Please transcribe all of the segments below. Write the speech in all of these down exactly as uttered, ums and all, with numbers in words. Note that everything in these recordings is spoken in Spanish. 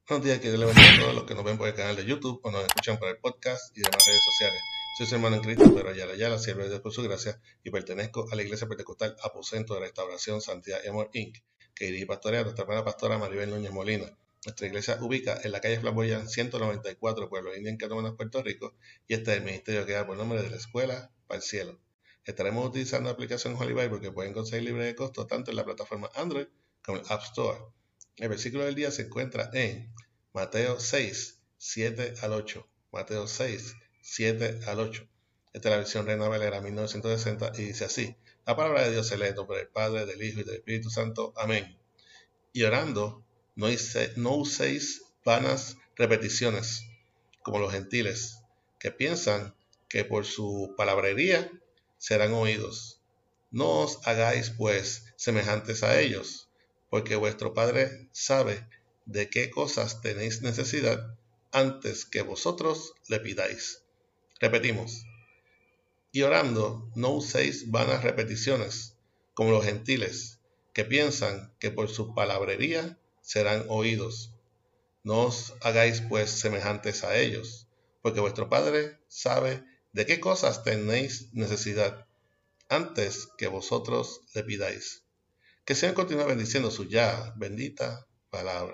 Buenos días, que Dios le bendiga a todos los que nos ven por el canal de YouTube o nos escuchan por el podcast y demás redes sociales. Soy su hermano en Cristo, Pedro Ayala Ayala, siervo de Dios por su gracia, y pertenezco a la Iglesia Pentecostal Aposento de Restauración Santidad y Amor incorporated, que dirige y pastorea nuestra hermana pastora Maribel Núñez Molina. Nuestra iglesia ubica en la calle Flamboyant ciento noventa y cuatro, Pueblo Indio, en Catomanas, Puerto Rico, y este es el ministerio que da por nombre de la Escuela para el Cielo. Estaremos utilizando la aplicación Holy Bible, que pueden conseguir libre de costo tanto en la plataforma Android como en el App Store. El versículo del día se encuentra en Mateo seis, siete al ocho. Mateo seis, siete al ocho. Esta es la versión Reina Valera mil novecientos sesenta y dice así: la palabra de Dios se lee en nombre del Padre, del Hijo y del Espíritu Santo. Amén. Y orando, no, hice, no uséis vanas repeticiones, como los gentiles, que piensan que por su palabrería serán oídos. No os hagáis, pues, semejantes a ellos, porque vuestro Padre sabe de qué cosas tenéis necesidad antes que vosotros le pidáis. Repetimos. Y orando, no uséis vanas repeticiones, como los gentiles, que piensan que por su palabrería serán oídos. No os hagáis, pues, semejantes a ellos, porque vuestro Padre sabe de qué cosas tenéis necesidad antes que vosotros le pidáis. Que el Señor continúe bendiciendo su ya bendita palabra.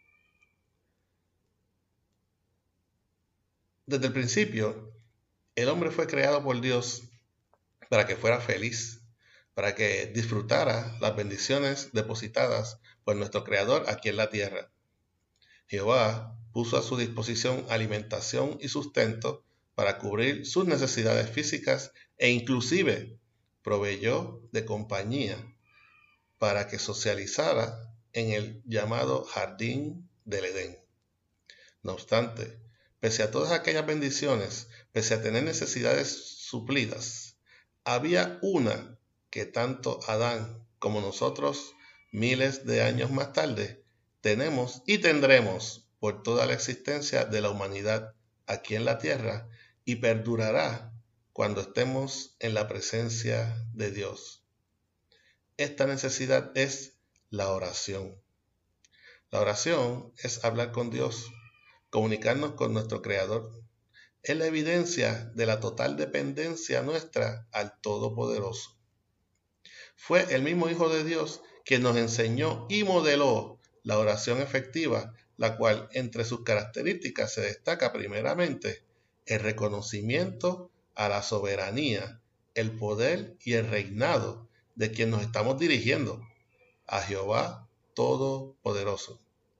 Desde el principio, el hombre fue creado por Dios para que fuera feliz, para que disfrutara las bendiciones depositadas por nuestro Creador aquí en la tierra. Jehová puso a su disposición alimentación y sustento para cubrir sus necesidades físicas e inclusive proveyó de compañía para que socializara en el llamado Jardín del Edén. No obstante, pese a todas aquellas bendiciones, pese a tener necesidades suplidas, había una que tanto Adán como nosotros, miles de años más tarde, tenemos y tendremos por toda la existencia de la humanidad aquí en la tierra y perdurará cuando estemos en la presencia de Dios. Esta necesidad es la oración. La oración es hablar con Dios, comunicarnos con nuestro Creador. Es la evidencia de la total dependencia nuestra al Todopoderoso. Fue el mismo Hijo de Dios quien nos enseñó y modeló la oración efectiva, la cual entre sus características se destaca primeramente el reconocimiento a la soberanía, el poder y el reinado de quien nos estamos dirigiendo, a Jehová Todopoderoso.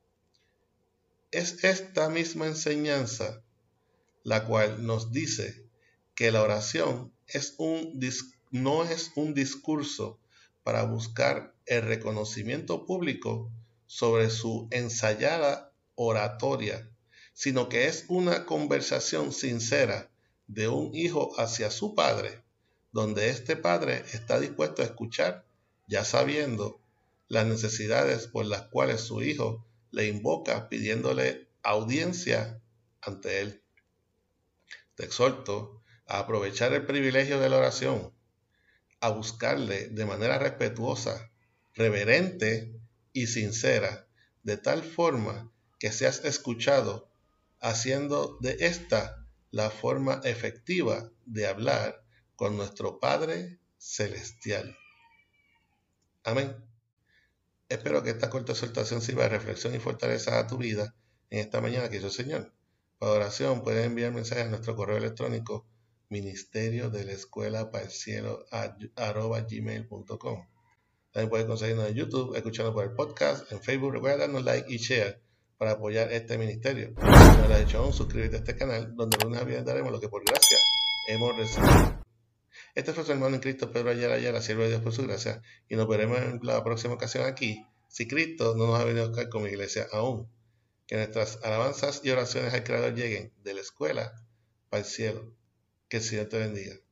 Es esta misma enseñanza la cual nos dice que la oración es un, no es un discurso para buscar el reconocimiento público sobre su ensayada oratoria, sino que es una conversación sincera de un hijo hacia su padre, donde este padre está dispuesto a escuchar, ya sabiendo las necesidades por las cuales su hijo le invoca pidiéndole audiencia ante él. Te exhorto a aprovechar el privilegio de la oración, a buscarle de manera respetuosa, reverente y sincera, de tal forma que seas escuchado, haciendo de esta la forma efectiva de hablar con nuestro Padre Celestial. Amén. Espero que esta corta exhortación sirva de reflexión y fortaleza a tu vida en esta mañana que hizo el Señor. Para oración puedes enviar mensajes a nuestro correo electrónico ministerio de la escuela para el cielo arroba gmail punto com. También puedes conseguirnos en YouTube, escuchando por el podcast, en Facebook. Recuerda darnos like y share para apoyar este ministerio. Si no lo has hecho aún, suscríbete a este canal, donde lunes a viernes daremos lo que por gracia hemos recibido. Este fue su hermano en Cristo, Pedro Ayala Ayala, siervo de Dios por su gracia, y nos veremos en la próxima ocasión aquí, si Cristo no nos ha venido a buscar como iglesia aún. Que nuestras alabanzas y oraciones al Creador lleguen de la escuela para el cielo. Que el Señor te bendiga.